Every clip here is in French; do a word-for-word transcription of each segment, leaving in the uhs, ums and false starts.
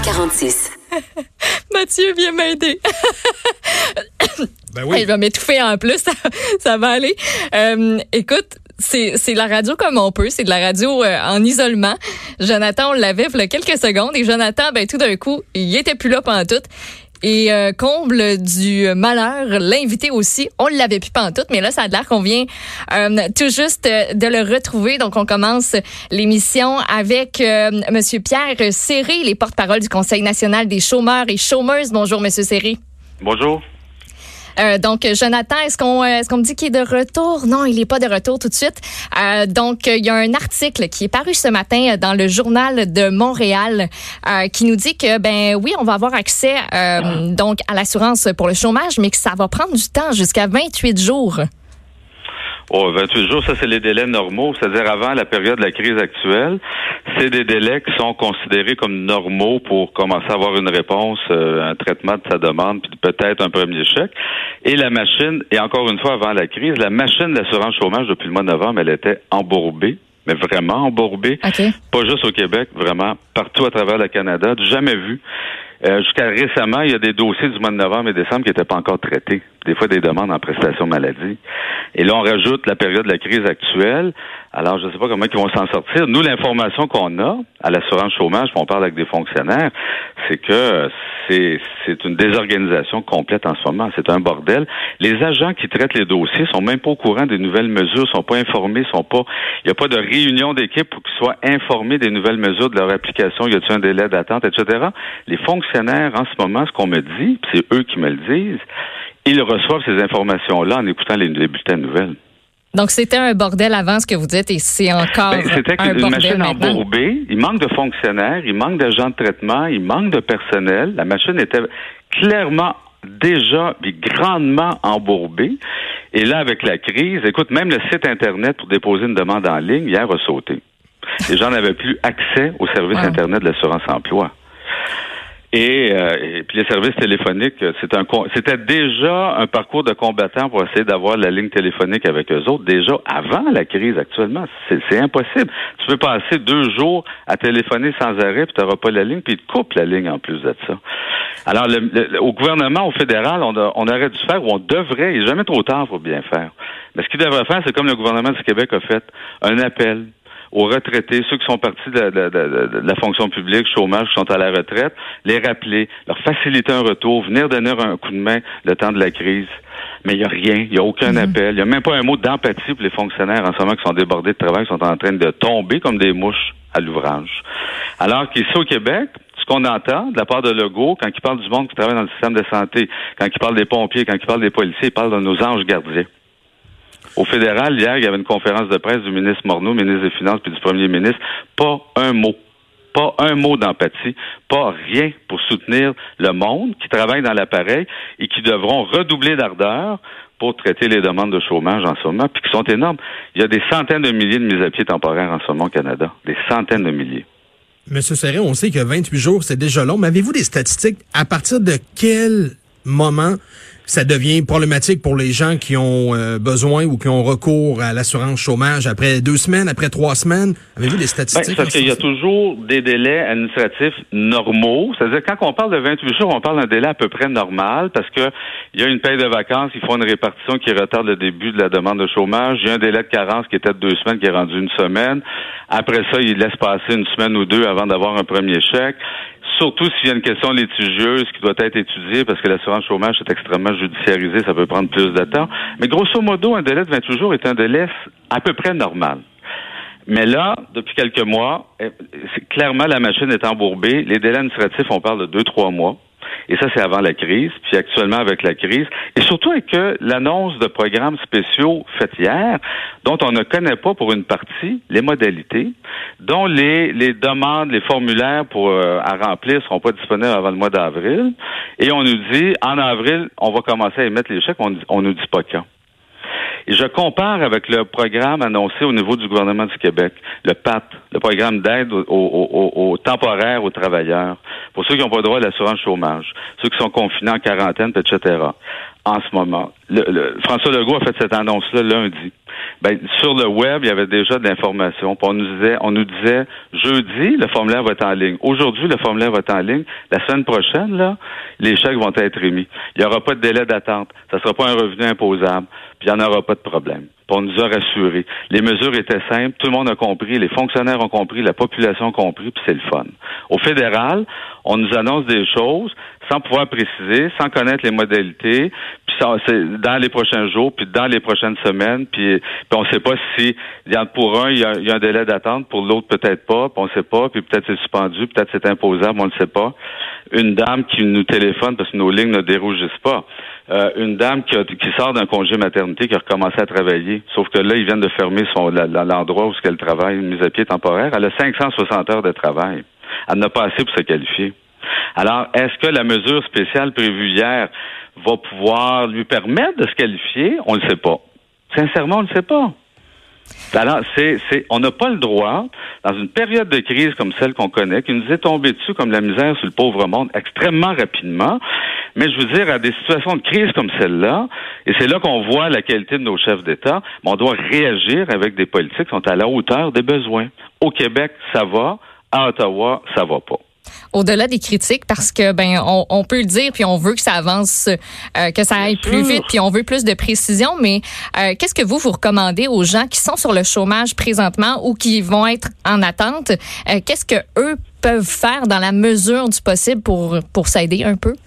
quarante-six. Mathieu, viens m'aider. Ben oui. Hey, je vais m'étouffer en plus, ça, ça va aller. Euh, écoute, c'est c'est la radio comme on peut, c'est de la radio euh, en isolement. Jonathan, on l'avait il y a quelques secondes et Jonathan, ben tout d'un coup, il était plus là pantoute. Et euh, comble du malheur, l'invité aussi, on l'avait plus pantoute, mais là, ça a l'air qu'on vient euh, tout juste de le retrouver. Donc, on commence l'émission avec euh, Monsieur Pierre Séré, les porte-parole du Conseil national des chômeurs et chômeuses. Bonjour, Monsieur Séré. Bonjour. Euh, donc, Jonathan, est-ce qu'on est-ce qu'on me dit qu'il est de retour? Non, il n'est pas de retour tout de suite. Euh, donc, il y a un article qui est paru ce matin dans le Journal de Montréal euh, qui nous dit que, ben oui, on va avoir accès euh, donc à l'assurance pour le chômage, mais que ça va prendre du temps, jusqu'à vingt-huit jours. Oh, vingt-huit jours, ça, c'est les délais normaux, c'est-à-dire avant la période de la crise actuelle. C'est des délais qui sont considérés comme normaux pour commencer à avoir une réponse, euh, un traitement de sa demande, puis peut-être un premier chèque. Et la machine, et encore une fois, avant la crise, la machine de l'assurance chômage, depuis le mois de novembre, elle était embourbée, mais vraiment embourbée. Okay. Pas juste au Québec, vraiment partout à travers le Canada, jamais vu. Euh, jusqu'à récemment, il y a des dossiers du mois de novembre et décembre qui n'étaient pas encore traités. Des fois, des demandes en prestation maladie. Et là, on rajoute la période de la crise actuelle. Alors, je ne sais pas comment ils vont s'en sortir. Nous, l'information qu'on a à l'assurance chômage, puis on parle avec des fonctionnaires, c'est que c'est, c'est une désorganisation complète en ce moment. C'est un bordel. Les agents qui traitent les dossiers sont même pas au courant des nouvelles mesures, sont pas informés, sont pas, il n'y a pas de réunion d'équipe pour qu'ils soient informés des nouvelles mesures de leur application. Y a-t-il un délai d'attente, et cetera. Les fonctionnaires, en ce moment, ce qu'on me dit, puis c'est eux qui me le disent, ils reçoivent ces informations-là en écoutant les, les bulletins de nouvelles. Donc, c'était un bordel avant ce que vous dites et c'est encore ben, c'était un une bordel machine maintenant. embourbée. Il manque de fonctionnaires, il manque d'agents de traitement, il manque de personnel. La machine était clairement déjà puis grandement embourbée. Et là, avec la crise, écoute, même le site Internet pour déposer une demande en ligne, hier, a sauté. Les gens n'avaient plus accès au service wow. Internet de l'assurance-emploi. Et, euh, et puis les services téléphoniques, c'est un, c'était déjà un parcours de combattant pour essayer d'avoir la ligne téléphonique avec eux autres, déjà avant la crise actuellement. C'est, c'est impossible. Tu peux passer deux jours à téléphoner sans arrêt, puis tu n'auras pas la ligne, puis ils te coupent la ligne en plus de ça. Alors, le, le, au gouvernement, au fédéral, on, a, on aurait dû faire, ou on devrait, il n'est jamais trop tard pour bien faire. Mais ce qu'il devrait faire, c'est comme le gouvernement du Québec a fait, un appel aux retraités, ceux qui sont partis de la, de, de, de la fonction publique, chômage, qui sont à la retraite, les rappeler, leur faciliter un retour, venir donner un coup de main le temps de la crise. Mais il n'y a rien, il n'y a aucun mmh. appel, il n'y a même pas un mot d'empathie pour les fonctionnaires en ce moment qui sont débordés de travail, qui sont en train de tomber comme des mouches à l'ouvrage. Alors qu'ici au Québec, ce qu'on entend de la part de Legault, quand il parle du monde qui travaille dans le système de santé, quand il parle des pompiers, quand il parle des policiers, il parle de nos anges gardiens. Au fédéral, hier, il y avait une conférence de presse du ministre Morneau, ministre des Finances, puis du premier ministre. Pas un mot. Pas un mot d'empathie. Pas rien pour soutenir le monde qui travaille dans l'appareil et qui devront redoubler d'ardeur pour traiter les demandes de chômage en ce moment, puis qui sont énormes. Il y a des centaines de milliers de mises à pied temporaires en ce moment au Canada. Des centaines de milliers. Monsieur Séré, on sait que vingt-huit jours, c'est déjà long, mais avez-vous des statistiques? À partir de quel moment ça devient problématique pour les gens qui ont euh, besoin ou qui ont recours à l'assurance chômage après deux semaines, après trois semaines? Avez-vous des statistiques? Ben, parce qu'il y a toujours des délais administratifs normaux. C'est-à-dire, quand on parle de vingt-huit jours, on parle d'un délai à peu près normal parce que il y a une paye de vacances, ils font une répartition qui retarde le début de la demande de chômage. Il y a un délai de carence qui était de deux semaines qui est rendu une semaine. Après ça, ils laissent passer une semaine ou deux avant d'avoir un premier chèque. Surtout s'il y a une question litigieuse qui doit être étudiée parce que l'assurance chômage est extrêmement judiciarisée, ça peut prendre plus de temps. Mais grosso modo, un délai de vingt-huit jours est un délai à peu près normal. Mais là, depuis quelques mois, c'est, clairement, la machine est embourbée. Les délais administratifs, on parle de deux, trois mois. Et ça, c'est avant la crise, puis actuellement avec la crise. Et surtout avec que l'annonce de programmes spéciaux faite hier, dont on ne connaît pas pour une partie les modalités, dont les, les demandes, les formulaires pour euh, à remplir ne seront pas disponibles avant le mois d'avril. Et on nous dit, en avril, on va commencer à émettre les chèques, on, on nous dit pas quand. Et je compare avec le programme annoncé au niveau du gouvernement du Québec, le P A T, le programme d'aide aux au, au, au temporaires aux travailleurs, pour ceux qui n'ont pas droit à l'assurance chômage, ceux qui sont confinés en quarantaine, et cetera. En ce moment, le, le, François Legault a fait cette annonce-là lundi. Ben, sur le web, il y avait déjà de l'information. Puis on nous disait, on nous disait, jeudi, le formulaire va être en ligne. Aujourd'hui, le formulaire va être en ligne. La semaine prochaine, là, les chèques vont être émis. Il n'y aura pas de délai d'attente. Ça ne sera pas un revenu imposable. Puis il n'y en aura pas de problème. Puis on nous a rassurés. Les mesures étaient simples. Tout le monde a compris. Les fonctionnaires ont compris. La population a compris. Puis c'est le fun. Au fédéral, on nous annonce des choses sans pouvoir préciser, sans connaître les modalités. Puis ça, c'est dans les prochains jours, puis dans les prochaines semaines. Puis, puis on ne sait pas si, pour un, il y a, il y a un délai d'attente. Pour l'autre, peut-être pas. Puis on ne sait pas. Puis peut-être c'est suspendu. Peut-être c'est imposable. On ne sait pas. Une dame qui nous téléphone parce que nos lignes ne dérougissent pas. Euh, une dame qui, a, qui sort d'un congé maternité, qui a recommencé à travailler. Sauf que là, ils viennent de fermer son, la, la, l'endroit où elle travaille, une mise à pied temporaire. Elle a cinq cent soixante heures de travail. Elle n'a pas assez pour se qualifier. Alors, est-ce que la mesure spéciale prévue hier va pouvoir lui permettre de se qualifier? On ne le sait pas. Sincèrement, on ne le sait pas. Alors, c'est, c'est, on n'a pas le droit, dans une période de crise comme celle qu'on connaît, qui nous est tombée dessus comme la misère sur le pauvre monde extrêmement rapidement, mais je veux dire, à des situations de crise comme celle-là, et c'est là qu'on voit la qualité de nos chefs d'État, mais on doit réagir avec des politiques qui sont à la hauteur des besoins. Au Québec, ça va. À Ottawa, ça va pas. Au-delà des critiques, parce que ben on, on peut le dire, puis on veut que ça avance, euh, que ça aille plus vite, puis on veut plus de précision, mais euh, qu'est-ce que vous, vous recommandez aux gens qui sont sur le chômage présentement ou qui vont être en attente? Euh, qu'est-ce que eux peuvent faire dans la mesure du possible pour, pour s'aider un peu?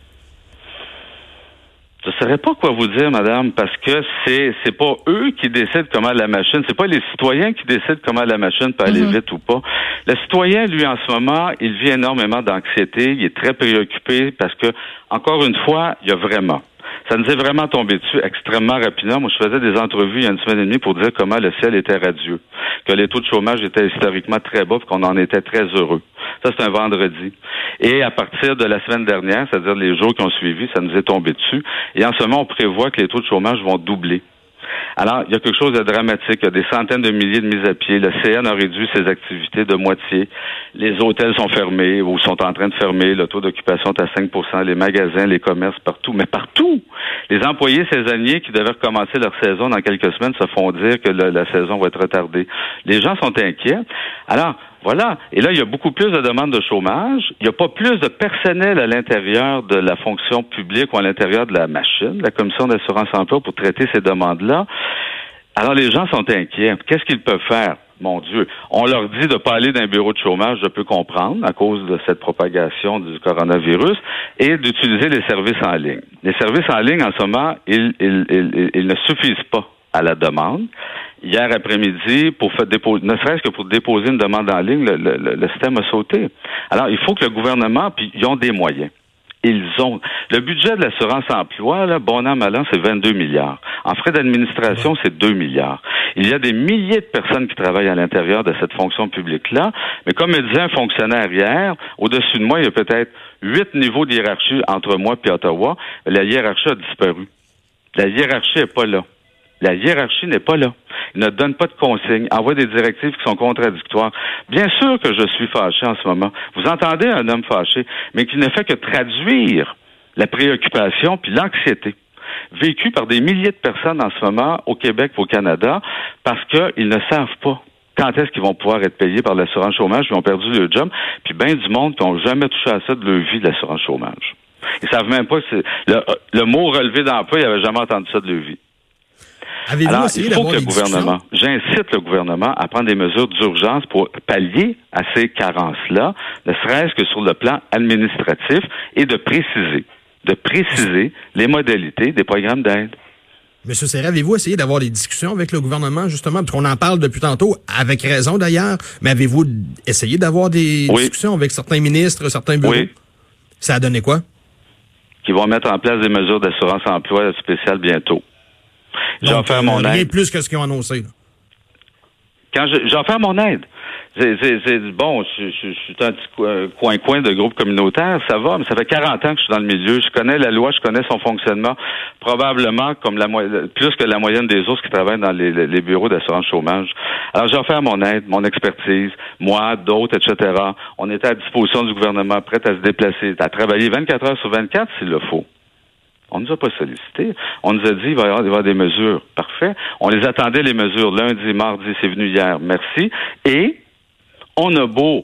Je ne saurais pas quoi vous dire, madame, parce que c'est c'est pas eux qui décident comment la machine, c'est pas les citoyens qui décident comment la machine peut aller mm-hmm. vite ou pas. Le citoyen, lui, en ce moment, il vit énormément d'anxiété, il est très préoccupé parce que, encore une fois, il y a vraiment. Ça nous est vraiment tombé dessus extrêmement rapidement. Moi, je faisais des entrevues il y a une semaine et demie pour dire comment le ciel était radieux, que les taux de chômage étaient historiquement très bas et qu'on en était très heureux. Ça, c'est un vendredi. Et à partir de la semaine dernière, c'est-à-dire les jours qui ont suivi, ça nous est tombé dessus. Et en ce moment, on prévoit que les taux de chômage vont doubler. Alors, il y a quelque chose de dramatique. Il y a des centaines de milliers de mises à pied. Le C N a réduit ses activités de moitié. Les hôtels sont fermés ou sont en train de fermer. Le taux d'occupation est à cinq pour cent. Les magasins, les commerces, partout. Mais partout! Les employés saisonniers qui devaient recommencer leur saison dans quelques semaines se font dire que le, la saison va être retardée. Les gens sont inquiets. Alors, voilà. Et là, il y a beaucoup plus de demandes de chômage. Il n'y a pas plus de personnel à l'intérieur de la fonction publique ou à l'intérieur de la machine, la Commission d'assurance-emploi, pour traiter ces demandes-là. Alors, les gens sont inquiets. Qu'est-ce qu'ils peuvent faire? Mon Dieu. On leur dit de ne pas aller dans un bureau de chômage, je peux comprendre, à cause de cette propagation du coronavirus, et d'utiliser les services en ligne. Les services en ligne, en ce moment, ils, ils, ils, ils ne suffisent pas à la demande. Hier après-midi, pour faire déposer, ne serait-ce que pour déposer une demande en ligne, le, le, le système a sauté. Alors, il faut que le gouvernement, puis ils ont des moyens. Ils ont. Le budget de l'assurance-emploi, là, bon an, mal an, c'est vingt-deux milliards. En frais d'administration, c'est deux milliards. Il y a des milliers de personnes qui travaillent à l'intérieur de cette fonction publique-là, mais comme me disait un fonctionnaire hier, au-dessus de moi, il y a peut-être huit niveaux de hiérarchie entre moi et Ottawa. La hiérarchie a disparu. La hiérarchie n'est pas là. La hiérarchie n'est pas là. Il ne donne pas de consignes, envoie des directives qui sont contradictoires. Bien sûr que je suis fâché en ce moment. Vous entendez un homme fâché, mais qui ne fait que traduire la préoccupation puis l'anxiété vécue par des milliers de personnes en ce moment au Québec et au Canada parce qu'ils ne savent pas quand est-ce qu'ils vont pouvoir être payés par l'assurance chômage, ils ont perdu leur job, puis bien du monde qui n'ont jamais touché à ça de leur vie de l'assurance chômage. Ils savent même pas que c'est le, le mot relevé d'emploi, ils n'avaient jamais entendu ça de leur vie. Avez-vous Alors, essayé il faut d'avoir que le gouvernement, j'incite le gouvernement à prendre des mesures d'urgence pour pallier à ces carences-là, ne serait-ce que sur le plan administratif, et de préciser, de préciser les modalités des programmes d'aide. Monsieur Serra, avez-vous essayé d'avoir des discussions avec le gouvernement, justement, parce qu'on en parle depuis tantôt, avec raison d'ailleurs, mais avez-vous essayé d'avoir des oui. discussions avec certains ministres, certains bureaux? Oui. Ça a donné quoi? Qu'ils vont mettre en place des mesures d'assurance-emploi spéciales bientôt. J'ai offert mon aide. Rien plus que ce qu'ils ont annoncé. Là. Quand je, j'ai offert mon aide. C'est, c'est, c'est bon, je, je, je suis un petit coin-coin de groupe communautaire, ça va, mais ça fait quarante ans que je suis dans le milieu. Je connais la loi, je connais son fonctionnement, probablement comme la plus que la moyenne des autres qui travaillent dans les, les bureaux d'assurance chômage. Alors, j'ai offert mon aide, mon expertise, moi, d'autres, et cetera. On était à disposition du gouvernement, prêt à se déplacer, à travailler vingt-quatre heures sur vingt-quatre s'il le faut. On nous a pas sollicité. On nous a dit, il va y avoir, il va y avoir des mesures. Parfait. On les attendait, les mesures, lundi, mardi, c'est venu hier. Merci. Et on a beau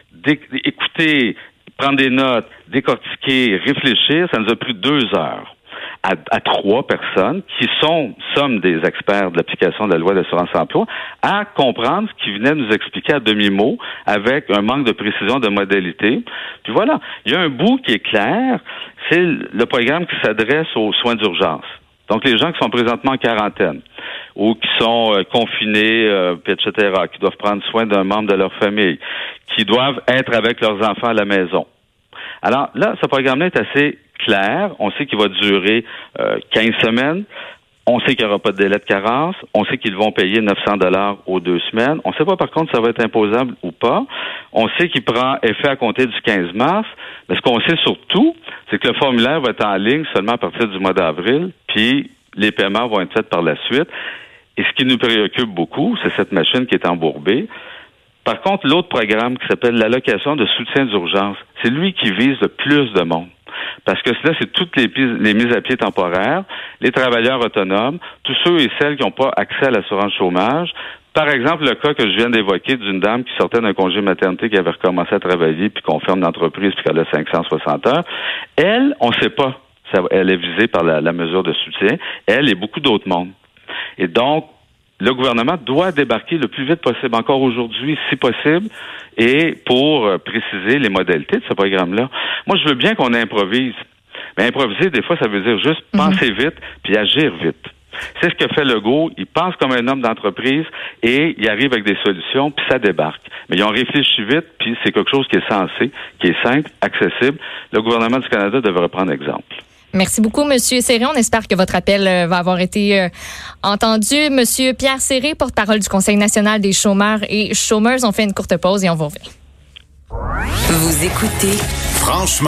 écouter, prendre des notes, décortiquer, réfléchir, ça nous a pris deux heures à, à trois personnes qui sont, sommes des experts de l'application de la loi d'assurance-emploi, à comprendre ce qu'ils venaient nous expliquer à demi-mot avec un manque de précision de modalité. Puis voilà, il y a un bout qui est clair, c'est le programme qui s'adresse aux soins d'urgence. Donc, les gens qui sont présentement en quarantaine ou qui sont euh, confinés, euh, et cetera, qui doivent prendre soin d'un membre de leur famille, qui doivent être avec leurs enfants à la maison. Alors là, ce programme-là est assez clair. On sait qu'il va durer euh, quinze semaines. On sait qu'il n'y aura pas de délai de carence. On sait qu'ils vont payer neuf cents dollars aux deux semaines. On ne sait pas, par contre, si ça va être imposable ou pas. On sait qu'il prend effet à compter du quinze mars. Mais ce qu'on sait surtout, c'est que le formulaire va être en ligne seulement à partir du mois d'avril, puis les paiements vont être faits par la suite. Et ce qui nous préoccupe beaucoup, c'est cette machine qui est embourbée. Par contre, l'autre programme qui s'appelle l'allocation de soutien d'urgence, c'est lui qui vise le plus de monde. Parce que là, c'est toutes les, les mises à pied temporaires, les travailleurs autonomes, tous ceux et celles qui n'ont pas accès à l'assurance chômage. Par exemple, le cas que je viens d'évoquer d'une dame qui sortait d'un congé maternité, qui avait recommencé à travailler, puis qu'on ferme l'entreprise, puis qu'elle a cinq cent soixante heures. Elle, on ne sait pas. Ça, elle est visée par la, la mesure de soutien. Elle et beaucoup d'autres mondes. Et donc, le gouvernement doit débarquer le plus vite possible, encore aujourd'hui, si possible, et pour euh, préciser les modalités de ce programme-là. Moi, je veux bien qu'on improvise. Mais improviser, des fois, ça veut dire juste mm-hmm. penser vite puis agir vite. C'est ce que fait Legault. Il pense comme un homme d'entreprise et il arrive avec des solutions, puis ça débarque. Mais ils ont réfléchi vite, puis c'est quelque chose qui est sensé, qui est simple, accessible. Le gouvernement du Canada devrait prendre exemple. Merci beaucoup, Monsieur Serré. On espère que votre appel va avoir été euh, entendu. Monsieur Pierre Serré, porte-parole du Conseil national des chômeurs et chômeuses. On fait une courte pause et on vous revient. Vous écoutez Franchement.